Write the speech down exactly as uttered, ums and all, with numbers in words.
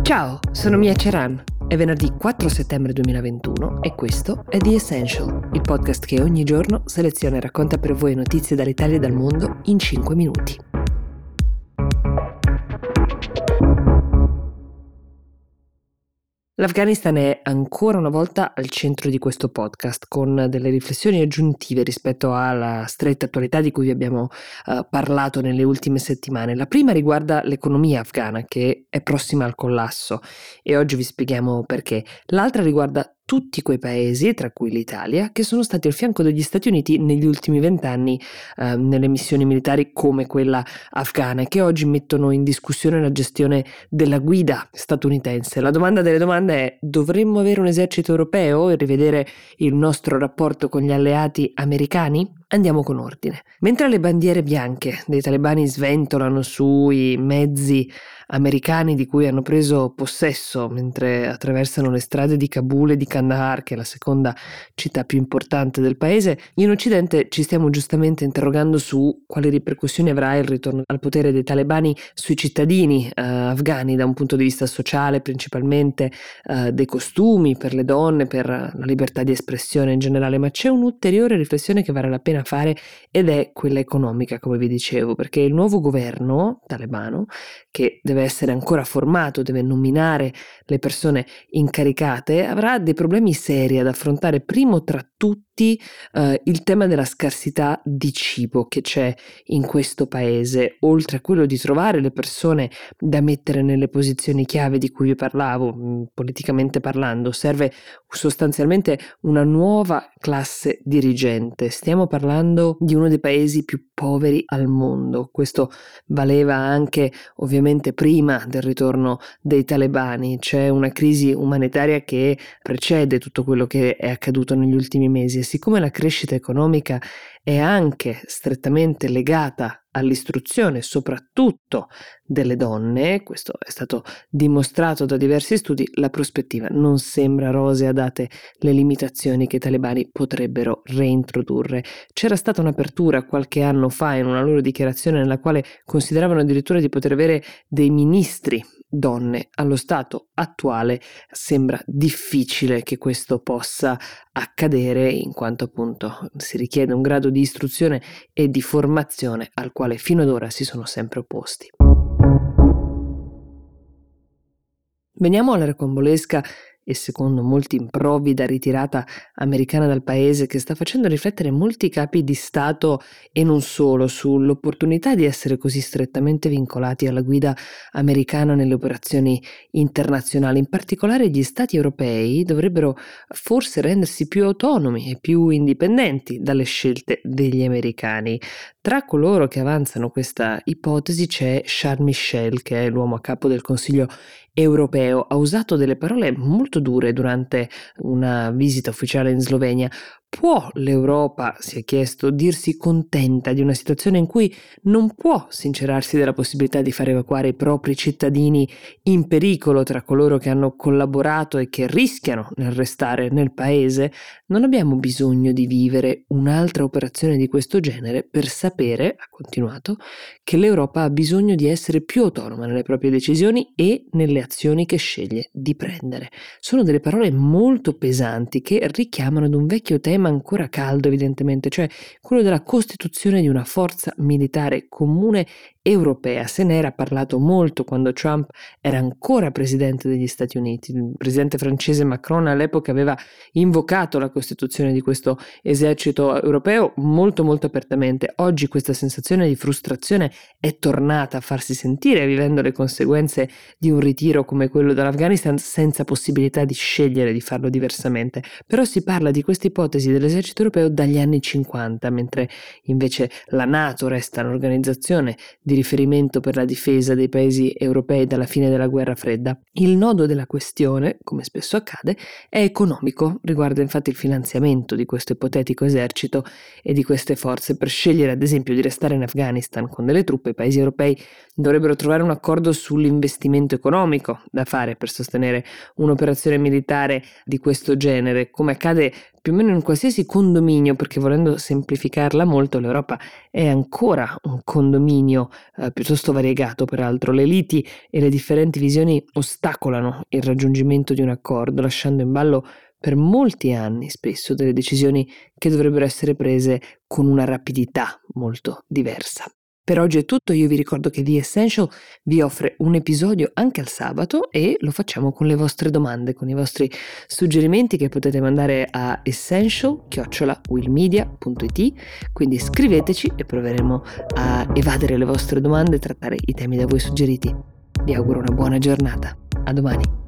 Ciao, sono Mia Ceran. È venerdì quattro settembre duemilaventuno e questo è The Essential, il podcast che ogni giorno seleziona e racconta per voi notizie dall'Italia e dal mondo in cinque minuti. L'Afghanistan è ancora una volta al centro di questo podcast, con delle riflessioni aggiuntive rispetto alla stretta attualità di cui vi abbiamo uh, parlato nelle ultime settimane. La prima riguarda l'economia afghana, che è prossima al collasso, e oggi vi spieghiamo perché. L'altra riguarda tutti quei paesi, tra cui l'Italia, che sono stati al fianco degli Stati Uniti negli ultimi vent'anni eh, nelle missioni militari come quella afghana, e che oggi mettono in discussione la gestione della guida statunitense. La domanda delle domande è: dovremmo avere un esercito europeo e rivedere il nostro rapporto con gli alleati americani? Andiamo con ordine. Mentre le bandiere bianche dei talebani sventolano sui mezzi americani di cui hanno preso possesso mentre attraversano le strade di Kabul e di Kandahar, che è la seconda città più importante del paese, in Occidente ci stiamo giustamente interrogando su quali ripercussioni avrà il ritorno al potere dei talebani sui cittadini eh, afghani da un punto di vista sociale, principalmente eh, dei costumi per le donne, per la libertà di espressione in generale. Ma c'è un'ulteriore riflessione che vale la pena fare, ed è quella economica, come vi dicevo, perché il nuovo governo talebano, che deve essere ancora formato, deve nominare le persone incaricate, avrà dei problemi seri ad affrontare, primo tra tutti eh, il tema della scarsità di cibo che c'è in questo paese, oltre a quello di trovare le persone da mettere nelle posizioni chiave di cui vi parlavo, mh, politicamente parlando. Serve sostanzialmente una nuova classe dirigente. Stiamo parlando di uno dei paesi più poveri al mondo. Questo valeva anche ovviamente prima del ritorno dei talebani. C'è una crisi umanitaria che precede tutto quello che è accaduto negli ultimi mesi, e siccome la crescita economica è anche strettamente legata all'istruzione, soprattutto delle donne, questo è stato dimostrato da diversi studi, la prospettiva non sembra rosea date le limitazioni che i talebani potrebbero reintrodurre. C'era stata un'apertura qualche anno fa in una loro dichiarazione nella quale consideravano addirittura di poter avere dei ministri donne. Allo stato attuale sembra difficile che questo possa accadere, in quanto appunto si richiede un grado di istruzione e di formazione al quale fino ad ora si sono sempre opposti. Veniamo alla rocambolesca e secondo molti improvvida ritirata americana dal paese, che sta facendo riflettere molti capi di Stato e non solo sull'opportunità di essere così strettamente vincolati alla guida americana nelle operazioni internazionali. In particolare gli Stati europei dovrebbero forse rendersi più autonomi e più indipendenti dalle scelte degli americani. Tra coloro che avanzano questa ipotesi c'è Charles Michel, che è l'uomo a capo del Consiglio europeo. Ha usato delle parole molto dure durante una visita ufficiale in Slovenia. Può l'Europa, si è chiesto, dirsi contenta di una situazione in cui non può sincerarsi della possibilità di far evacuare i propri cittadini in pericolo tra coloro che hanno collaborato e che rischiano nel restare nel paese? Non abbiamo bisogno di vivere un'altra operazione di questo genere per sapere, ha continuato, che l'Europa ha bisogno di essere più autonoma nelle proprie decisioni e nelle azioni che sceglie di prendere. Sono delle parole molto pesanti che richiamano ad un vecchio tema ancora caldo, evidentemente, cioè quello della costituzione di una forza militare comune europea. Se ne era parlato molto quando Trump era ancora presidente degli Stati Uniti. Il presidente francese Macron all'epoca aveva invocato la costituzione di questo esercito europeo molto molto apertamente. Oggi questa sensazione di frustrazione è tornata a farsi sentire, vivendo le conseguenze di un ritiro come quello dall'Afghanistan senza possibilità di scegliere di farlo diversamente. Però si parla di questa ipotesi dell'esercito europeo dagli anni cinquanta, mentre invece la NATO resta l'organizzazione di riferimento per la difesa dei paesi europei dalla fine della guerra fredda. Il nodo della questione, come spesso accade, è economico, riguarda infatti il finanziamento di questo ipotetico esercito e di queste forze. Per scegliere ad esempio di restare in Afghanistan con delle truppe, i paesi europei dovrebbero trovare un accordo sull'investimento economico da fare per sostenere un'operazione militare di questo genere, come accade più o meno in qualsiasi condominio, perché volendo semplificarla molto, l'Europa è ancora un condominio eh, piuttosto variegato, peraltro. Le liti e le differenti visioni ostacolano il raggiungimento di un accordo, lasciando in ballo per molti anni spesso delle decisioni che dovrebbero essere prese con una rapidità molto diversa. Per oggi è tutto, io vi ricordo che The Essential vi offre un episodio anche al sabato e lo facciamo con le vostre domande, con i vostri suggerimenti che potete mandare a essential chiocciola willmedia punto it, quindi scriveteci e proveremo a evadere le vostre domande e trattare i temi da voi suggeriti. Vi auguro una buona giornata, a domani!